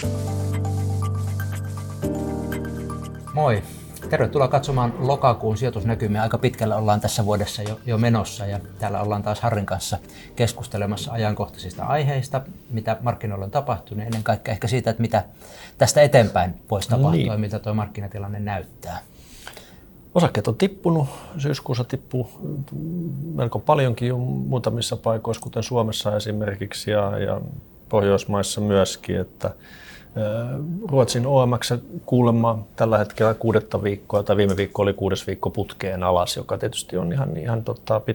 Moi! Tervetuloa katsomaan lokakuun sijoitusnäkymiä. Aika pitkällä ollaan tässä vuodessa jo menossa ja täällä ollaan taas Harrin kanssa keskustelemassa ajankohtaisista aiheista, mitä markkinoilla on tapahtunut ja ennen kaikkea ehkä siitä, että mitä tästä eteenpäin voisi tapahtua ja miltä tuo markkinatilanne näyttää. Osakkeet on tippunut, syyskuussa tippuu melko paljonkin jo muutamissa paikoissa, kuten Suomessa esimerkiksi ja Pohjoismaissa myöskin, että Ruotsin OMX kuulemma tällä hetkellä 6. viikkoa tai viime viikko oli 6. viikko putkeen alas, joka tietysti on ihan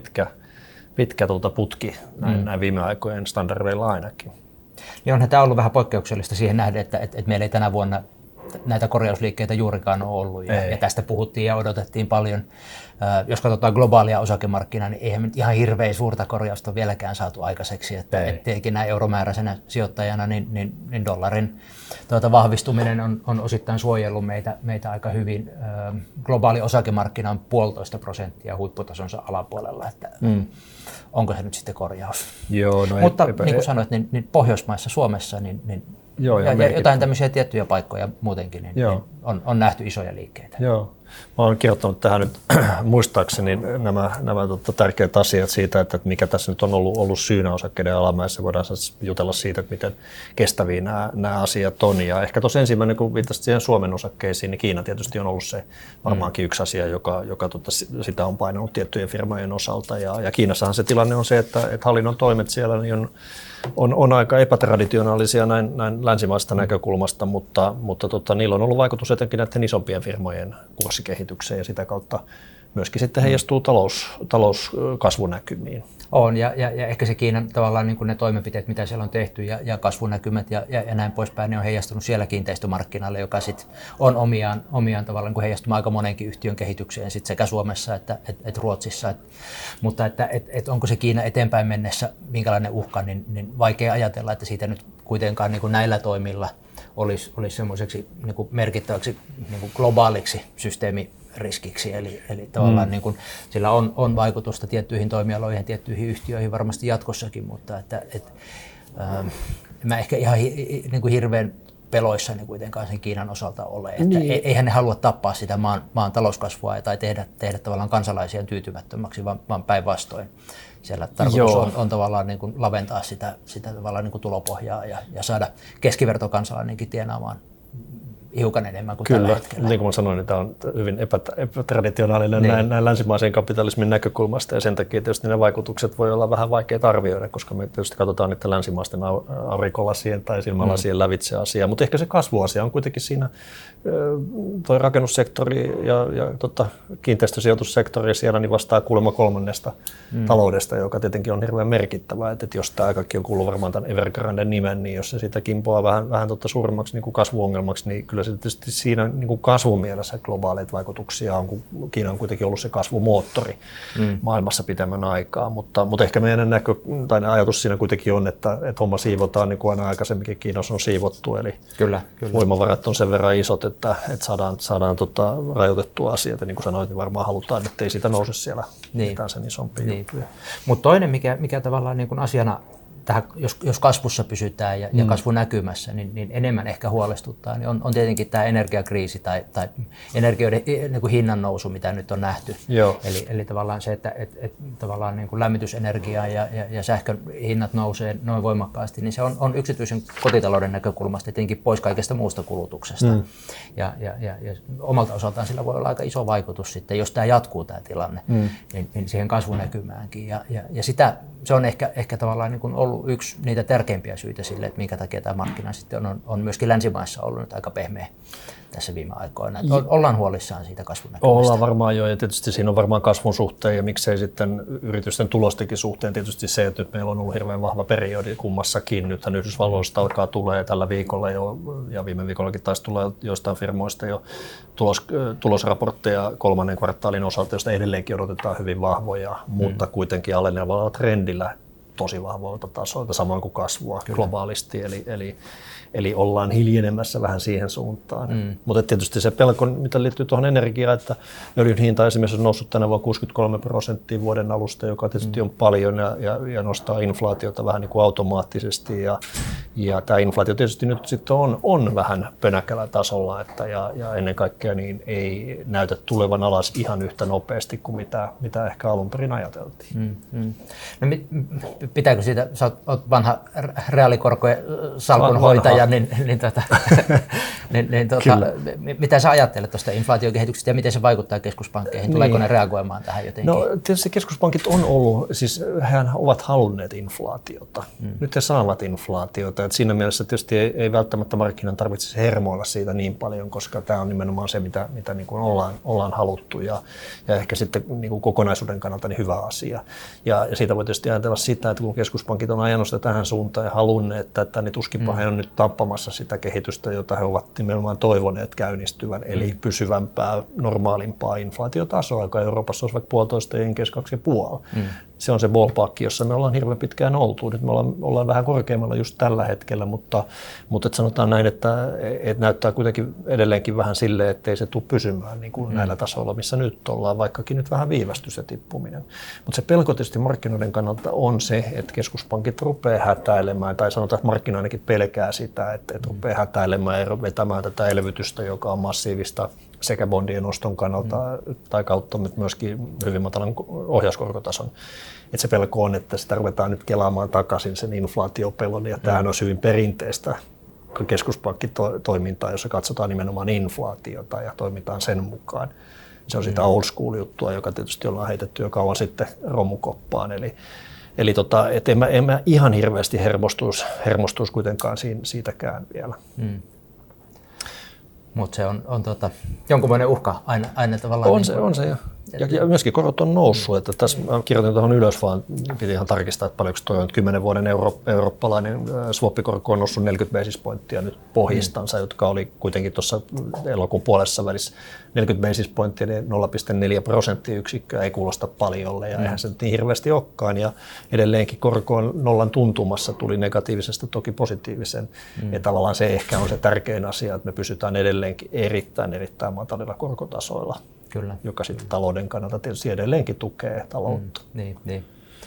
pitkä putki näin viime aikojen standardeilla ainakin. Ja onhan tämä ollut vähän poikkeuksellista siihen nähden, että meillä ei tänä vuonna näitä korjausliikkeitä juurikaan ole ollut ja tästä puhuttiin ja odotettiin paljon. Jos katsotaan globaalia osakemarkkinaa, niin eihän nyt ihan hirveän suurta korjausta vieläkään saatu aikaiseksi. Tietenkin näin euromääräisenä sijoittajana niin dollarin vahvistuminen on osittain suojellut meitä aika hyvin. Globaali osakemarkkina on 1,5% huipputasonsa alapuolella. Että onko se nyt sitten korjaus? Joo, mutta niin kuin sanoit, niin Pohjoismaissa, Suomessa, ja jotain tämmöisiä tiettyjä paikkoja muutenkin, niin on nähty isoja liikkeitä. Joo. Mä olen kirjoittanut tähän nyt muistaakseni nämä tärkeät asiat siitä, että mikä tässä nyt on ollut syynä osakkeiden alamäessä. Voidaan jutella siitä, että miten kestäviä nämä asiat on. Ja ehkä tuossa ensimmäinen, kun viittasit siihen Suomen osakkeisiin, niin Kiina tietysti on ollut se varmaankin yksi asia, joka sitä on painanut tiettyjen firmojen osalta. Ja Kiinassahan se tilanne on se, että hallinnon toimet siellä niin on aika epätraditionaalisia näin länsimaista näkökulmasta, mutta niillä on ollut vaikutus etenkin näiden isompien firmojen kurssikehitykseen ja sitä kautta myöskin sitten heijastuu talouskasvunäkymiin. On ja ehkä se Kiinan tavallaan niin kuin ne toimenpiteet, mitä siellä on tehty ja kasvunäkymät ja näin poispäin, ne on heijastunut siellä kiinteistömarkkinalle, joka sitten on omiaan tavallaan niin heijastumaan aika monenkin yhtiön kehitykseen sit sekä Suomessa että Ruotsissa. Mutta onko se Kiina eteenpäin mennessä minkälainen uhka, niin vaikea ajatella, että siitä nyt kuitenkaan niin kuin näillä toimilla olisi semmoiseksi niin kuin merkittäväksi niin kuin globaaliksi systeemiriskiksi, eli tavallaan niin kuin, sillä on vaikutusta tiettyihin toimialoihin, tiettyihin yhtiöihin varmasti jatkossakin, mutta mä ehkä ihan niin kuin hirveän peloissani kuitenkaan sen Kiinan osalta ole, että eihän ne halua tappaa sitä maan talouskasvua tai tehdä tavallaan kansalaisia tyytymättömäksi, vaan päinvastoin. Siellä tarkoitus on tavallaan niin kuin laventaa sitä tavallaan niin kuin tulopohjaa ja saada keskivertokansalainenkin tienaamaan hiukan enemmän kuin tällä hetkellä. Niin kuin mä sanoin, niin tämä on hyvin epätraditionaalinen näin länsimaisen kapitalismin näkökulmasta ja sen takia tietysti ne vaikutukset voi olla vähän vaikeita arvioida, koska me tietysti katsotaan niiden länsimaisten aurinkolasien tai silmälasien lävitse asiaa, mutta ehkä se kasvuasia on kuitenkin siinä toi rakennussektori ja kiinteistösijoitussektori siellä niin vastaa kuulemma 3% taloudesta, joka tietenkin on hirveän merkittävää, että jos tämä kaikki on kuullut varmaan tämän Evergranden nimen, niin jos se sitä kimpoaa vähän suuremmaksi niin kuin kasvuongelmaksi, niin kyllä se tietysti siinä niin kuin kasvun mielessä globaaleita vaikutuksia on, kun Kiina on kuitenkin ollut se kasvumoottori maailmassa pitemmän aikaa, mutta ehkä meidän ajatus siinä kuitenkin on, että homma siivotaan niin kuin aina aikaisemminkin Kiinassa on siivottu, eli kyllä. Voimavarat on sen verran isot, että saadaan rajoitettua asiat, ja niin kuin sanoit, niin varmaan halutaan, että ei siitä nouse siellä mitään sen isompia juttuja. Mutta toinen, mikä tavallaan niin kuin asiana, jos kasvussa pysytään ja kasvunäkymässä, niin enemmän ehkä huolestuttaa, niin on tietenkin tämä energiakriisi tai energioiden niin kuin hinnan nousu, mitä nyt on nähty. Eli tavallaan se, että tavallaan niin kuin lämmitysenergia ja sähkön hinnat nousee noin voimakkaasti, niin se on yksityisen kotitalouden näkökulmasta tietenkin pois kaikesta muusta kulutuksesta. Ja omalta osaltaan sillä voi olla aika iso vaikutus sitten, jos tämä jatkuu tämä tilanne, niin siihen kasvunäkymäänkin. Ja se on ehkä tavallaan niin kuin ollut yksi niitä tärkeimpiä syitä sille, että minkä takia tämä markkina sitten on myöskin länsimaissa ollut nyt aika pehmeä tässä viime aikoina. Ollaan huolissaan siitä kasvunäkymästä. Ollaan varmaan jo, ja tietysti siinä on varmaan kasvun suhteen ja miksei sitten yritysten tulostenkin suhteen tietysti se, että nyt meillä on ollut hirveän vahva periodi kummassakin. Nythän Yhdysvalloista alkaa tulee tällä viikolla jo, ja viime viikollakin taisi tulla joistain firmoista jo tulosraportteja 3. kvartaalin osalta, josta edelleenkin odotetaan hyvin vahvoja, mutta kuitenkin alenevalla trendillä tosi vahvoilta tasoilta, samoin kuin kasvua globaalisti. Eli ollaan hiljenemässä vähän siihen suuntaan. Mutta tietysti se pelko, mitä liittyy tuohon energiaan, että öljyn hinta esimerkiksi on noussut tänä vuonna 63% vuoden alusta, joka tietysti on paljon ja nostaa inflaatiota vähän niin kuin automaattisesti. Ja tämä inflaatio tietysti nyt sitten on vähän pönäkällä tasolla, ja ennen kaikkea niin ei näytä tulevan alas ihan yhtä nopeasti kuin mitä ehkä alun perin ajateltiin. No, pitääkö siitä, sä oot vanha reaalikorkojen salkunhoitaja, mitä sä ajattelet tuosta inflaatiokehityksestä ja miten se vaikuttaa keskuspankkeihin? Tuleeko ne reagoimaan tähän jotenkin? No tietysti keskuspankit on ollut, siis hehän ovat halunneet inflaatiota. Nyt he saavat inflaatiota. Et siinä mielessä tietysti ei välttämättä markkinan tarvitsisi hermoilla siitä niin paljon, koska tämä on nimenomaan se, mitä niin kuin ollaan haluttu ja ehkä sitten niin kuin kokonaisuuden kannalta niin hyvä asia. Ja siitä voi tietysti ajatella sitä, että kun keskuspankit on ajanut sitä tähän suuntaan ja halunneet, että niin tuskinpa he on nyt tappamassa sitä kehitystä, jota he ovat nimenomaan toivoneet käynnistyvän, eli pysyvämpää, normaalimpaa inflaatiotasoa, joka Euroopassa olisi vaikka 1,5 ja Jenkeissä 2,5. Se on se ballpark, jossa me ollaan hirveän pitkään oltu. Nyt me ollaan vähän korkeammalla just tällä hetkellä, mutta et sanotaan näin, että näyttää kuitenkin edelleenkin vähän silleen, ettei se tule pysymään niin kuin näillä tasoilla, missä nyt ollaan, vaikkakin nyt vähän viivästyy se tippuminen. Mutta se pelko tietysti markkinoiden kannalta on se, että keskuspankit rupeaa hätäilemään, tai sanotaan, että markkina ainakin pelkää sitä, että rupeaa hätäilemään ja vetämään tätä elvytystä, joka on massiivista sekä bondien oston kannalta tai kautta, mutta myöskin hyvin matalan ohjauskorkotason. Että se pelko on, että sitä ruvetaan nyt kelaamaan takaisin sen inflaatiopelon, ja tämähän on hyvin perinteistä keskuspankkitoimintaa, jossa katsotaan nimenomaan inflaatiota ja toimitaan sen mukaan. Se on sitä old school juttua, joka tietysti ollaan heitetty jo kauan sitten romukoppaan. Eli en mä ihan hirveästi hermostuisi kuitenkaan siitäkään vielä. Mutta se on jonkunlainen uhka aina tavallaan. On se. Ja myöskin korot on noussut. Että tässä mä kirjoitin tuohon ylös, vaan piti ihan tarkistaa, että paljonko tuo on 10 vuoden eurooppalainen swappikorko on noussut 40 basis pointtia nyt pohjistansa, jotka oli kuitenkin tuossa elokuun puolessa välissä 40 basis pointtia, niin 0,4% ei kuulosta paljolle, ja eihän se nyt niin hirveästi olekaan. Ja edelleenkin korko on nollan tuntumassa, tuli negatiivisesta toki positiivisen. Ja tavallaan se ehkä on se tärkein asia, että me pysytään edelleenkin erittäin matalilla korkotasoilla. Kyllä. Joka sitten talouden kannalta tietysti edelleenkin tukee taloutta. Niin.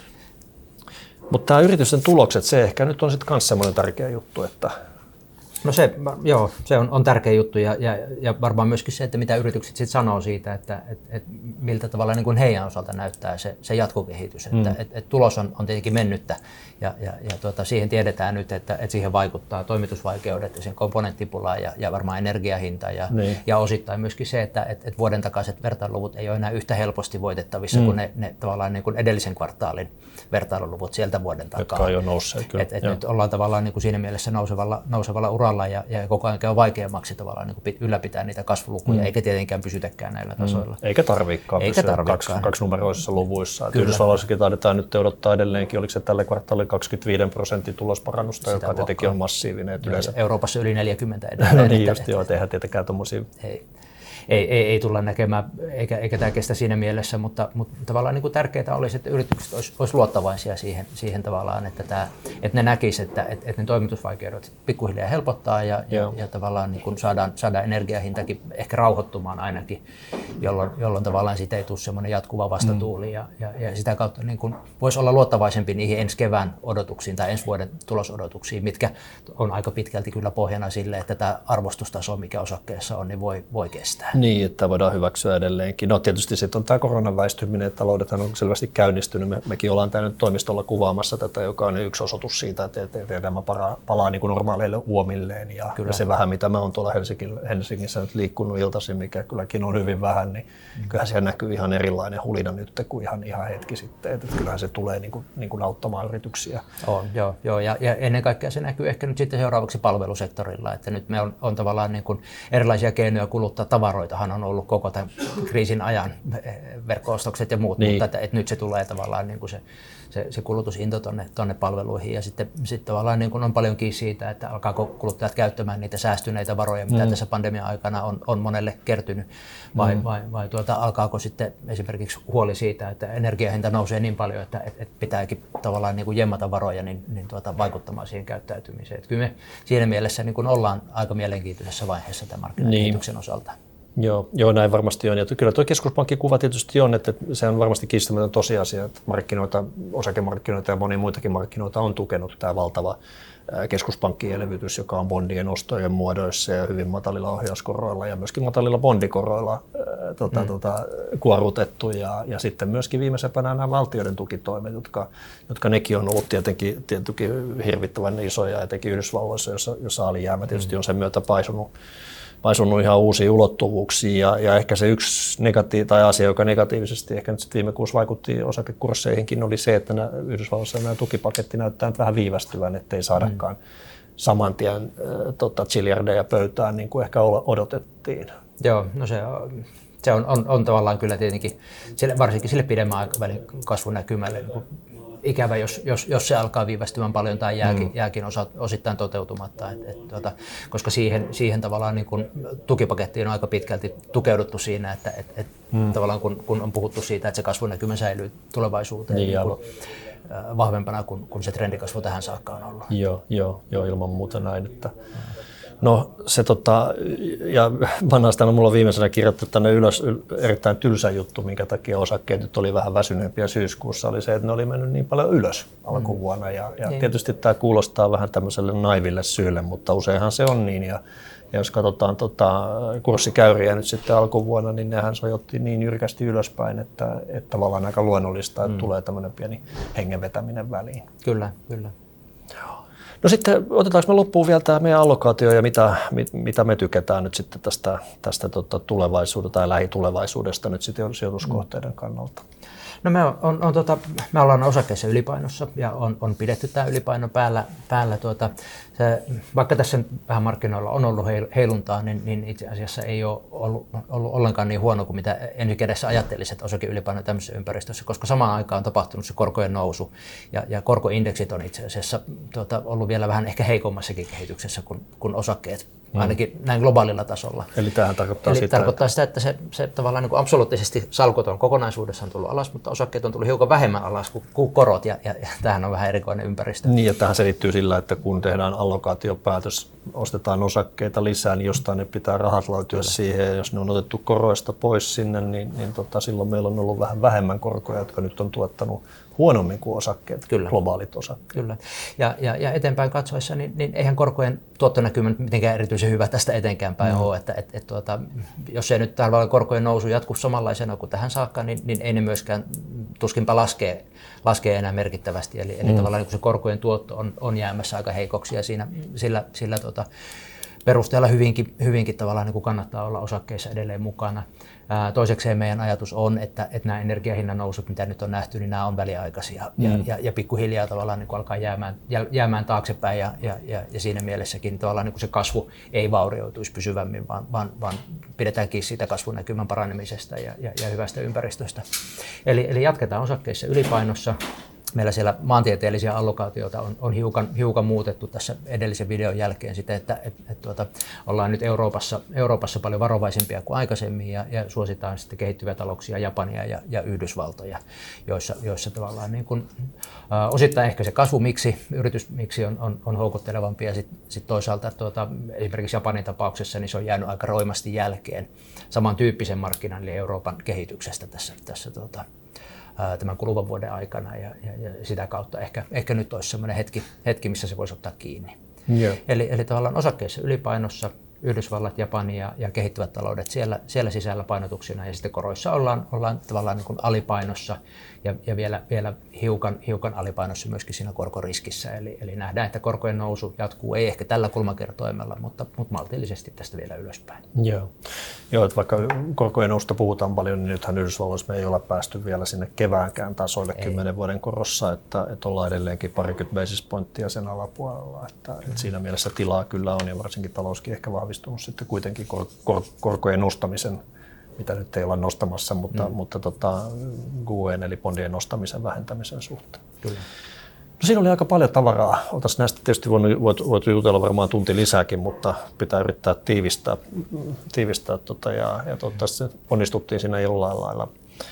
Mutta tämä yritysten tulokset, se ehkä nyt on sitten myös semmoinen tärkeä juttu, että no se on tärkeä juttu ja varmaan myöskin se, että mitä yritykset sitten sanoo siitä, että miltä tavalla niin kuin heidän osalta näyttää se jatkokehitys. Että tulos on tietenkin mennyttä ja siihen tiedetään nyt, että siihen vaikuttaa toimitusvaikeudet ja sen komponenttipulaan ja varmaan energiahinta ja osittain myöskin se, että vuoden takaiset vertailuluvut ei ole enää yhtä helposti voitettavissa kuin ne tavallaan niin kuin edellisen kvartaalin vertailuluvut sieltä vuoden takaa. Jotka on jo nousseet, kyllä. Nyt ollaan tavallaan niin kuin siinä mielessä nousevalla uralla ja koko ajan käy vaikeammaksi tavallaan niin kuin ylläpitää niitä kasvulukuja, eikä tietenkään pysytäkään näillä tasoilla. Eikä tarviikaan pysyä kaksinumeroisissa luvuissa. Yhdysvalloissakin taidetaan nyt odottaa edelleenkin, oliko se tälle kvartaalille 25% tulosparannusta, sitä joka tietenkin on massiivinen. Yleensä Euroopassa yli 40 edelleen. No niin, just joo, eihän tietenkään tuommoisia. Ei tulla näkemään, eikä tämä kestä siinä mielessä, mutta tavallaan niin kuin tärkeää olisi, että yritykset olisi luottavaisia siihen tavallaan, että ne näkisivät, että ne toimitusvaikeudet pikkuhiljaa helpottaa ja tavallaan niin kuin saadaan energiahintakin ehkä rauhoittumaan ainakin, jolloin tavallaan siitä ei tule semmoinen jatkuva vastatuuli ja sitä kautta niin kuin voisi olla luottavaisempi niihin ensi kevään odotuksiin tai ensi vuoden tulosodotuksiin, mitkä on aika pitkälti kyllä pohjana sille, että tämä arvostustaso, mikä osakkeessa on, niin voi kestää. Niin, että voidaan hyväksyä edelleenkin. No tietysti sitten on tämä koronan väistyminen, että taloudethan on selvästi käynnistynyt. Mekin ollaan täällä nyt toimistolla kuvaamassa tätä, joka on yksi osoitus siitä, että tämä palaa niin kuin normaaleille uomilleen. Ja se vähän, mitä mä oon tuolla Helsingissä nyt liikkunut iltaisin, mikä kylläkin on hyvin vähän, niin kyllähän siellä näkyy ihan erilainen hulina nyt kuin ihan hetki sitten. Että kyllähän se tulee niin kuin auttamaan yrityksiä. On, joo. Ja ennen kaikkea se näkyy ehkä nyt sitten seuraavaksi palvelusektorilla, että nyt me on tavallaan niin kuin erilaisia keinoja kuluttaa tavaroita varoitahan on ollut koko tämän kriisin ajan, verkko-ostokset ja muut, niin. mutta että nyt se tulee tavallaan niin kuin se kulutusinto tonne palveluihin ja sitten tavallaan niin kuin on paljon kiinni siitä, että alkaako kuluttajat käyttämään niitä säästyneitä varoja, mitä tässä pandemian aikana on monelle kertynyt, vai alkaako sitten esimerkiksi huoli siitä, että energiahinta nousee niin paljon, että pitääkin tavallaan niin kuin jemmata varoja niin vaikuttamaan siihen käyttäytymiseen. Että kyllä me siinä mielessä niin kuin ollaan aika mielenkiintoisessa vaiheessa tämän markkinakehityksen osalta. Joo, näin varmasti on. Ja kyllä tuo keskuspankkikuva tietysti on, että se on varmasti kiistämätön tosiasia, että osakemarkkinoita ja monia muitakin markkinoita on tukenut tämä valtava keskuspankkien elvytys, joka on bondien ostojen muodoissa ja hyvin matalilla ohjauskoroilla ja myöskin matalilla bondikoroilla kuorutettu. Ja sitten myöskin viimeisempänä nämä valtioiden tukitoimet, jotka nekin on ollut tietenkin hirvittävän isoja, etenkin Yhdysvalloissa, jossa alijäämä tietysti on sen myötä paisunut ihan uusiin ulottuvuuksiin ja ehkä se yksi asia, joka negatiivisesti ehkä nyt sit viime kuussa vaikutti osakekursseihinkin, oli se, että Yhdysvalloissa nämä tukipaketti näyttää nyt vähän viivästyvän, ettei saadakaan saman tien chiljardeja pöytään niin kuin ehkä odotettiin. Joo, no se on tavallaan kyllä tietenkin, varsinkin sille pidemmän aikavälin kasvunäkymälle niin ikävä, jos se alkaa viivästymään paljon tai jääkin osittain toteutumatta, koska siihen tavallaan niin kun tukipakettiin on aika pitkälti tukeuduttu siinä, että tavallaan kun on puhuttu siitä, että se kasvunäkymä säilyy tulevaisuuteen niin vahvempana kuin se trendikasvu tähän saakka on ollut. Joo, ilman muuta näin. Että no se ja vanhastaan on mulla viimeisenä kirjoittu tänne ylös erittäin tylsä juttu, minkä takia osakkeet nyt oli vähän väsyneempiä syyskuussa, oli se, että ne oli mennyt niin paljon ylös alkuvuonna. Ja tietysti tämä kuulostaa vähän tämmöiselle naiville syylle, mutta useinhan se on niin. Ja jos katsotaan kurssikäyriä nyt sitten alkuvuonna, niin nehän sojotti niin jyrkästi ylöspäin, että tavallaan aika luonnollista, että tulee tämmöinen pieni hengenvetäminen väliin. Kyllä. No sitten otetaanko me loppuun vielä tämä meidän allokaatio ja mitä me tykätään nyt sitten tästä tulevaisuudesta tai lähitulevaisuudesta nyt sitten sijoituskohteiden kannalta? No me ollaan osakkeissa ylipainossa ja on pidetty tämä ylipaino päällä. Vaikka tässä vähän markkinoilla on ollut heiluntaa, niin itse asiassa ei ole ollut ollenkaan niin huono kuin mitä ensikädessä ajattelisit osakeylipaino tämmöisessä ympäristössä, koska samaan aikaan on tapahtunut se korkojen nousu ja korkoindeksit on itse asiassa ollut vielä vähän ehkä heikommassakin kehityksessä kuin osakkeet. Ainakin näin globaalilla tasolla. Eli tämähän tarkoittaa sitä, että se tavallaan niin kuin absoluuttisesti salkut on kokonaisuudessaan tullut alas, mutta osakkeet on tullut hiukan vähemmän alas kuin korot, ja tämähän on vähän erikoinen ympäristö. Niin, ja tähän selittyy sillä, että kun tehdään allokaatiopäätös, ostetaan osakkeita lisää, niin jostain ne pitää rahat löytyä siihen, ja jos ne on otettu koroista pois sinne, niin silloin meillä on ollut vähän vähemmän korkoja, jotka nyt on tuottanut huonommin kuin osakkeet, globaalit osakkeet. Kyllä. Ja eteenpäin katsoessa, niin eihän korkojen tuottonäkymä mitenkään erityisen hyvä tästä eteenkään päin ole. Että jos ei nyt täällä korkojen nousu jatku samanlaisena kuin tähän saakka, niin ei ne myöskään tuskinpa laskee enää merkittävästi. Eli tavallaan niin se korkojen tuotto on jäämässä aika heikoksi ja sillä perusteella hyvinkin tavallaan niin kuin kannattaa olla osakkeissa edelleen mukana. Toisekseen meidän ajatus on, että nämä energiahinnan nousut, mitä nyt on nähty, niin nämä on väliaikaisia ja pikkuhiljaa tavallaan niin kuin alkaa jäämään taaksepäin ja siinä mielessäkin tavallaan niin kuin se kasvu ei vaurioituisi pysyvämmin, vaan pidetään kiinni siitä kasvunäkymän paranemisesta ja hyvästä ympäristöstä. Eli jatketaan osakkeissa ylipainossa. Meillä siellä maantieteellisiä allokaatioita on hiukan muutettu tässä edellisen videon jälkeen siten, että ollaan nyt Euroopassa paljon varovaisempia kuin aikaisemmin ja suositaan sitten kehittyviä talouksia, Japania ja Yhdysvaltoja, joissa tavallaan niin kuin, osittain ehkä se yritysmiksi on houkuttelevampi ja sitten toisaalta esimerkiksi Japanin tapauksessa niin se on jäänyt aika roimasti jälkeen samantyyppisen markkinan eli Euroopan kehityksestä tässä tämän kuluvan vuoden aikana ja sitä kautta ehkä nyt olisi sellainen hetki, missä se voisi ottaa kiinni. Yeah. Eli tavallaan osakkeissa ylipainossa, Yhdysvallat, Japani ja kehittyvät taloudet siellä sisällä painotuksina ja sitten koroissa ollaan tavallaan niin kuin alipainossa ja vielä hiukan alipainossa myöskin siinä korkoriskissä. Eli nähdään, että korkojen nousu jatkuu, ei ehkä tällä kulmakertoimella, mutta maltillisesti tästä vielä ylöspäin. Joo. Joo, että vaikka korkojen noususta puhutaan paljon, niin nythän Yhdysvalloissa me ei ole päästy vielä sinne keväänkään tasoille 10 vuoden korossa, että ollaan edelleenkin parikymmentä basis pointtia sen alapuolella. Että siinä mielessä tilaa kyllä on ja varsinkin talouskin ehkä vahvistunut sitten kuitenkin korkojen nostamisen, mitä nyt ei olla nostamassa, mutta GUEn eli bondien nostamisen vähentämisen suhteen. Kyllä. No siinä oli aika paljon tavaraa. Oltaisiin näistä tietysti voitu jutella varmaan tunti lisääkin, mutta pitää yrittää tiivistää ja toivottavasti onnistuttiin siinä jollain lailla.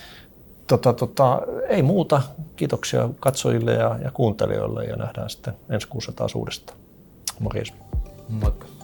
Ei muuta. Kiitoksia katsojille ja kuuntelijoille ja nähdään sitten ensi kuussa taas uudestaan. Morjes. Moikka.